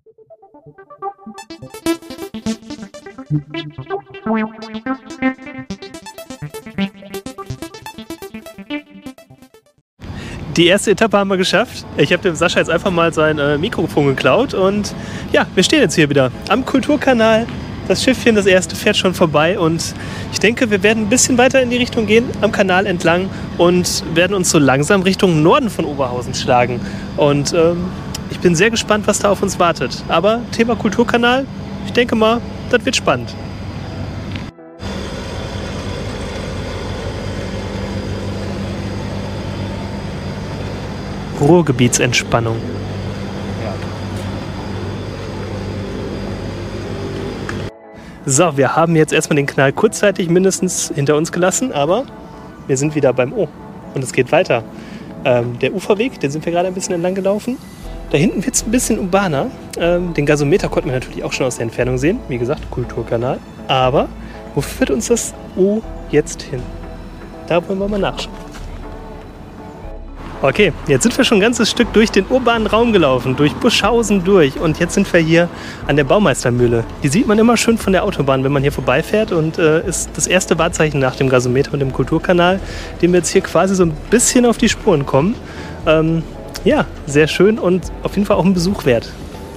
Die erste Etappe haben wir geschafft. Ich habe dem Sascha jetzt einfach mal sein Mikrofon geklaut und ja, wir stehen jetzt hier wieder am Kulturkanal. Das Schiffchen, das erste, fährt schon vorbei und ich denke, wir werden ein bisschen weiter in die Richtung gehen, am Kanal entlang und werden uns so langsam Richtung Norden von Oberhausen schlagen. Und ich bin sehr gespannt, was da auf uns wartet. Aber Thema Kulturkanal, ich denke mal, das wird spannend. Ruhrgebietsentspannung. So, wir haben jetzt erstmal den Kanal kurzzeitig mindestens hinter uns gelassen, aber wir sind wieder beim O und es geht weiter. Der Uferweg, den sind wir gerade ein bisschen entlang gelaufen. Da hinten wird es ein bisschen urbaner. Den Gasometer konnten wir natürlich auch schon aus der Entfernung sehen. Wie gesagt, Kulturkanal. Aber wo führt uns das O jetzt hin? Da wollen wir mal nachschauen. Okay, jetzt sind wir schon ein ganzes Stück durch den urbanen Raum gelaufen, durch Buschhausen durch und jetzt sind wir hier an der Baumeistermühle. Die sieht man immer schön von der Autobahn, wenn man hier vorbeifährt und ist das erste Wahrzeichen nach dem Gasometer und dem Kulturkanal, dem wir jetzt hier quasi so ein bisschen auf die Spuren kommen. Ja, sehr schön und auf jeden Fall auch ein Besuch wert.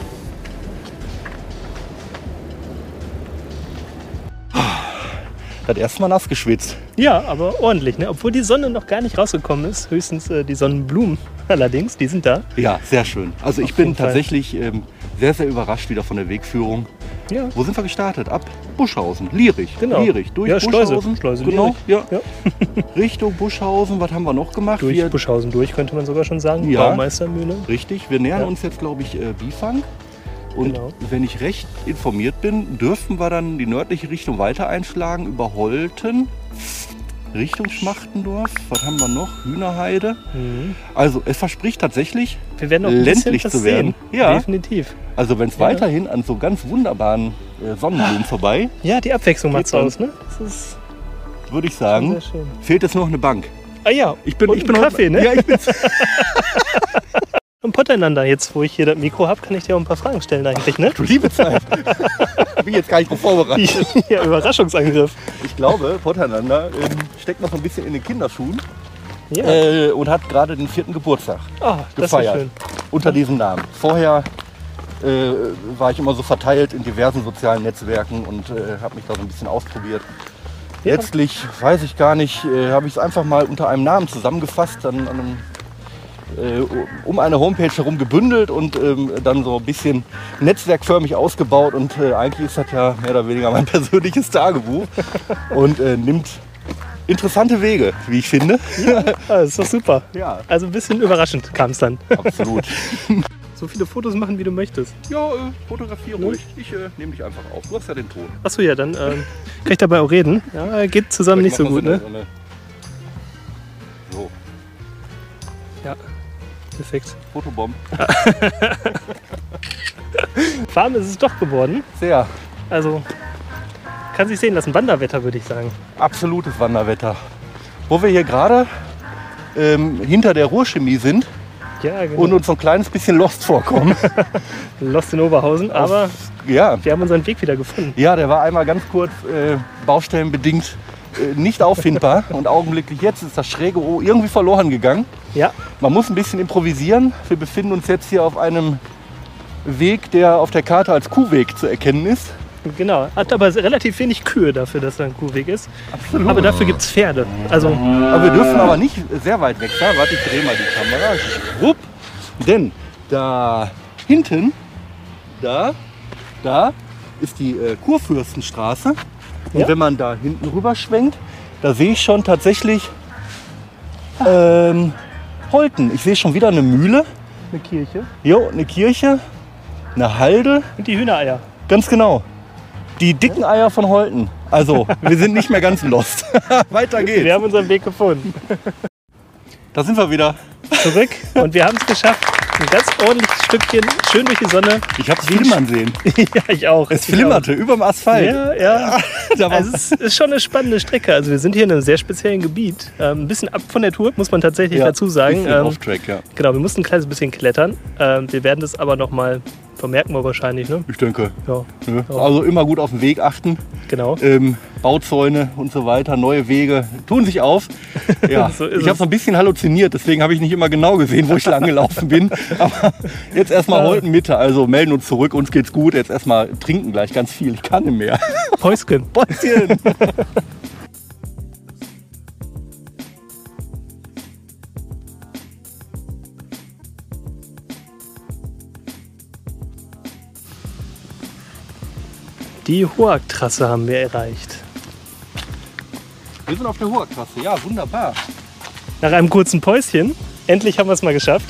Das erste Mal nass geschwitzt. Ja, aber ordentlich, ne? Obwohl die Sonne noch gar nicht rausgekommen ist. Höchstens die Sonnenblumen allerdings, die sind da. Ja, sehr schön. Also ich bin tatsächlich sehr, sehr überrascht wieder von der Wegführung. Ja. Wo sind wir gestartet? Ab Buschhausen, Lierich. Genau. Lierich, durch ja, Buschhausen. Schleuse genau, Lierich. ja. Richtung Buschhausen, was haben wir noch gemacht? Durch Buschhausen durch, könnte man sogar schon sagen. Ja. Baumeistermühle. Richtig, wir nähern uns jetzt, glaube ich, Bifang. Und genau. Wenn ich recht informiert bin, dürfen wir dann die nördliche Richtung weiter einschlagen, über Holten, Richtung Schmachtendorf. Was haben wir noch? Hühnerheide. Mhm. Also es verspricht tatsächlich, wir werden noch ländlich zu werden. Ja, definitiv. Also wenn es weiterhin an so ganz wunderbaren Sonnenblumen vorbei. Ja, die Abwechslung macht's aus, ne? Das ist, würde ich sagen, sehr schön. Fehlt jetzt noch eine Bank. Ah ja, ich bin Kaffee, ne? Ja, ich bin's. Und Potteinander, jetzt wo ich hier das Mikro habe, kann ich dir auch ein paar Fragen stellen eigentlich, ne? Du liebe Zeit. Bin jetzt gar nicht drauf vorbereitet. Ja, Überraschungsangriff. Ich glaube, Potteinander steckt noch ein bisschen in den Kinderschuhen. Ja. Und hat gerade den 4. Geburtstag gefeiert. Das schön. Unter diesem Namen. Vorher war ich immer so verteilt in diversen sozialen Netzwerken und habe mich da so ein bisschen ausprobiert. Ja. Letztlich, weiß ich gar nicht, habe ich es einfach mal unter einem Namen zusammengefasst, um eine Homepage herum gebündelt und dann so ein bisschen netzwerkförmig ausgebaut. Und eigentlich ist das ja mehr oder weniger mein persönliches Tagebuch und nimmt interessante Wege, wie ich finde. Ja, das ist doch super. Ja. Also ein bisschen überraschend kam es dann. Absolut. So viele Fotos machen, wie du möchtest. Ja, fotografiere ruhig. Ich nehme dich einfach auf. Du hast ja den Ton. Achso, ja, dann kann ich dabei auch reden. Ja, geht zusammen nicht so gut, ne? So. Ja, perfekt. Fotobomb. Warm ist es doch geworden. Sehr. Also kann sich sehen lassen. Wanderwetter, würde ich sagen. Absolutes Wanderwetter. Wo wir hier gerade hinter der Ruhrchemie sind. Ja, genau. Und uns so ein kleines bisschen lost vorkommen. Lost in Oberhausen, aber ja. Wir haben unseren Weg wieder gefunden. Ja, der war einmal ganz kurz baustellenbedingt nicht auffindbar und augenblicklich jetzt ist das schräge O irgendwie verloren gegangen. Ja. Man muss ein bisschen improvisieren. Wir befinden uns jetzt hier auf einem Weg, der auf der Karte als Kuhweg zu erkennen ist. Genau, hat aber relativ wenig Kühe dafür, dass er ein Kuhweg ist. Absolut. Aber dafür gibt es Pferde. Also aber wir dürfen aber nicht sehr weit weg sein. Warte, ich drehe mal die Kamera. Schwupp. Denn da hinten, da ist die Kurfürstenstraße. Und wenn man da hinten rüber schwenkt, da sehe ich schon tatsächlich Holten. Ich sehe schon wieder eine Mühle. eine Kirche. Jo, eine Kirche, eine Halde. Und die Hühnereier. Ganz genau. Die dicken Eier von Holten. Also, wir sind nicht mehr ganz lost. Weiter geht's. Wir haben unseren Weg gefunden. Da sind wir wieder. Zurück und wir haben es geschafft. Ein ganz ordentliches Stückchen, schön durch die Sonne. Ich habe es flimmern sehen. Ja, ich auch. Es flimmerte über dem Asphalt. Ja. Da war- Also es ist schon eine spannende Strecke. Also wir sind hier in einem sehr speziellen Gebiet. Ein bisschen ab von der Tour, muss man tatsächlich dazu sagen. bisschen Off-Track, ja. Genau, wir mussten ein kleines bisschen klettern. Wir werden das aber nochmal vermerken wir wahrscheinlich, ne? Ich denke. Ja. Ne? Ja. Also immer gut auf den Weg achten. Genau. Bauzäune und so weiter, neue Wege tun sich auf. Ja. So ist Ich habe so ein bisschen halluziniert, deswegen habe ich nicht immer genau gesehen, wo ich lang gelaufen bin. Aber jetzt erstmal heute Mitte, also melden uns zurück, uns geht's gut. Jetzt erstmal trinken gleich ganz viel, ich kann nicht mehr. Päuschen. Päuschen. Die Hoag-Trasse haben wir erreicht. Wir sind auf der Hoag-Trasse, ja, wunderbar. Nach einem kurzen Päuschen, endlich haben wir es mal geschafft.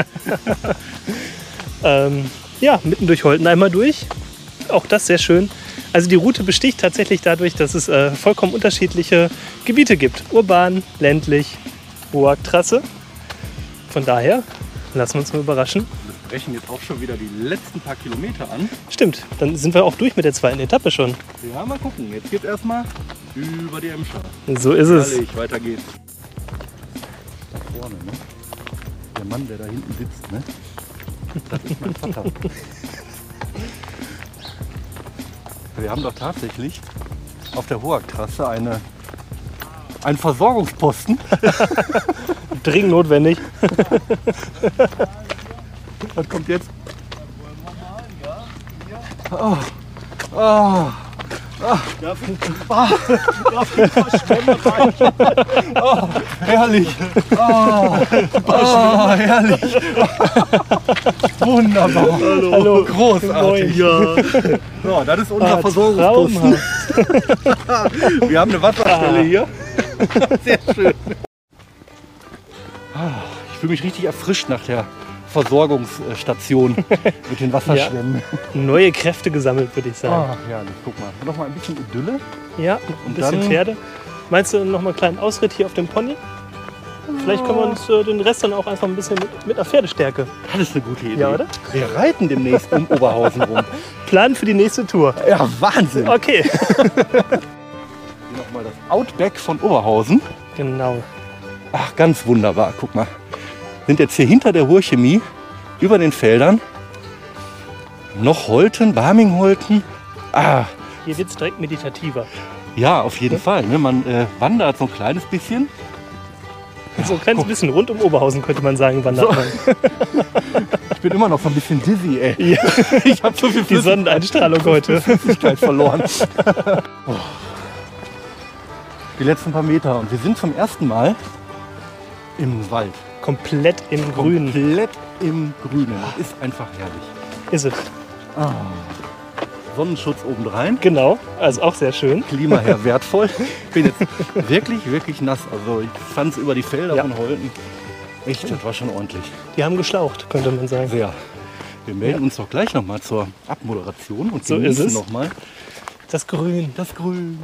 Ja, mitten durch Holten einmal durch. Auch das sehr schön. Also die Route besticht tatsächlich dadurch, dass es vollkommen unterschiedliche Gebiete gibt. Urban, ländlich, Hoag-Trasse. Von daher, lassen wir uns mal überraschen. Wir brechen jetzt auch schon wieder die letzten paar Kilometer an. Stimmt, dann sind wir auch durch mit der zweiten Etappe schon. Ja, mal gucken. Jetzt geht's erstmal über die Emscher. So ist es. Herrlich, weiter geht's. Da vorne, ne? Der Mann, der da hinten sitzt, ne? Das ist mein Vater. Wir haben doch tatsächlich auf der Hoag-Trasse einen Versorgungsposten. Dringend notwendig. Was kommt jetzt? Oh. Oh. Oh, herrlich. Oh, herrlich. Wunderbar. Hallo. Großartig. Ja. So, das ist unser Versorgungsposten. Wir haben eine Wasserstelle hier. Sehr schön. Ich fühle mich richtig erfrischt nach der Versorgungsstation mit den Wasserschwämmen. Neue Kräfte gesammelt, würde ich sagen. Herrlich. Guck mal, noch mal ein bisschen Idylle. Ja, ein Und bisschen dann- Pferde. Meinst du noch mal einen kleinen Ausritt hier auf dem Pony? Vielleicht können wir uns den Rest dann auch einfach ein bisschen mit einer Pferdestärke. Das ist eine gute Idee. Ja, oder? Wir reiten demnächst um Oberhausen rum. Planen für die nächste Tour. Ja, Wahnsinn. Okay. Hier nochmal das Outback von Oberhausen. Genau. Ach, ganz wunderbar. Guck mal. Sind jetzt hier hinter der Ruhrchemie, über den Feldern, noch Holten, Barming-Holten. Hier wird es direkt meditativer. Ja, auf jeden Fall. Ne? Man wandert so ein kleines bisschen. So ein kleines bisschen rund um Oberhausen könnte man sagen, wandert So. man. Ich bin immer noch so ein bisschen dizzy, ey. Ja. Ich habe so viel Die Sonneneinstrahlung heute. Flüssigkeit verloren. Oh. Die letzten paar Meter und wir sind zum ersten Mal im Wald. Komplett im Grünen Komplett im Grünen. Das ist einfach herrlich. ist es. Sonnenschutz obendrein. Genau, also auch sehr schön. Klima her wertvoll. Ich bin jetzt wirklich, wirklich nass. Also ich fand es über die Felder Ja. von Holten. Echt, das war schon ordentlich. Die haben geschlaucht, könnte man sagen. Sehr. Wir melden uns doch gleich nochmal zur Abmoderation und So ist genießen es. nochmal Das Grün. das Grün.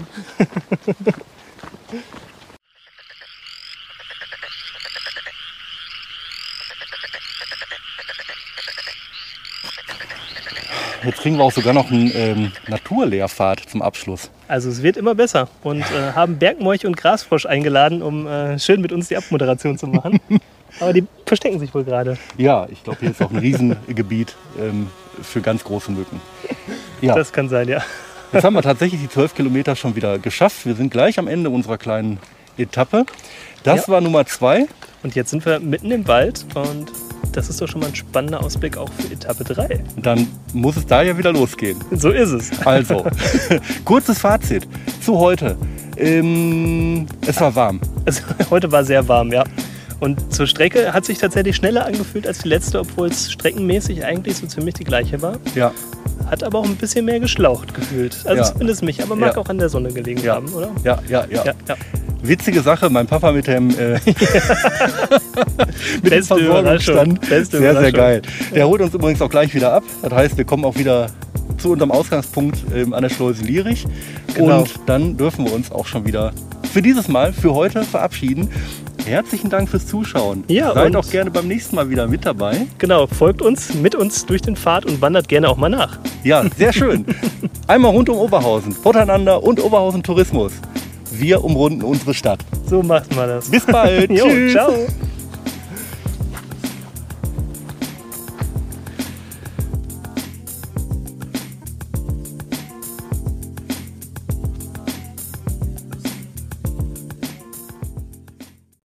Jetzt kriegen wir auch sogar noch einen Naturlehrpfad zum Abschluss. Also es wird immer besser und haben Bergmolch und Grasfrosch eingeladen, um schön mit uns die Abmoderation zu machen. Aber die verstecken sich wohl gerade. Ja, ich glaube, hier ist auch ein Riesengebiet für ganz große Mücken. Ja, Das kann sein, ja. jetzt haben wir tatsächlich die 12 Kilometer schon wieder geschafft. Wir sind gleich am Ende unserer kleinen Etappe. Das war Nummer 2. Und jetzt sind wir mitten im Wald und das ist doch schon mal ein spannender Ausblick auch für Etappe 3. Und dann muss es da ja wieder losgehen. So ist es. Also, kurzes Fazit zu heute. Es war warm. Also, heute war sehr warm, ja. Und zur Strecke hat sich tatsächlich schneller angefühlt als die letzte, obwohl es streckenmäßig eigentlich so ziemlich die gleiche war. Ja, Hat aber auch ein bisschen mehr geschlaucht gefühlt. Also Ja. zumindest mich, aber mag Ja. auch an der Sonne gelegen Ja. haben, oder? ja. Ja. Witzige Sache, mein Papa mit dem mit dem Beste Überraschung. Versorgungsstand. Beste Sehr, sehr Überraschung. geil. Der holt uns übrigens auch gleich wieder ab. Das heißt, wir kommen auch wieder zu unserem Ausgangspunkt an der Schleuse Lierich. Genau. Und dann dürfen wir uns auch schon wieder für dieses Mal, für heute verabschieden. herzlichen Dank fürs Zuschauen. Ja, Seid und auch gerne beim nächsten Mal wieder mit dabei. genau, folgt uns, mit uns durch den Pfad und wandert gerne auch mal nach. Ja, sehr schön. Einmal rund um Oberhausen, Voneinander und Oberhausen Tourismus. Wir umrunden unsere Stadt. So macht man das. Bis bald. Jo, Tschüss. ciao.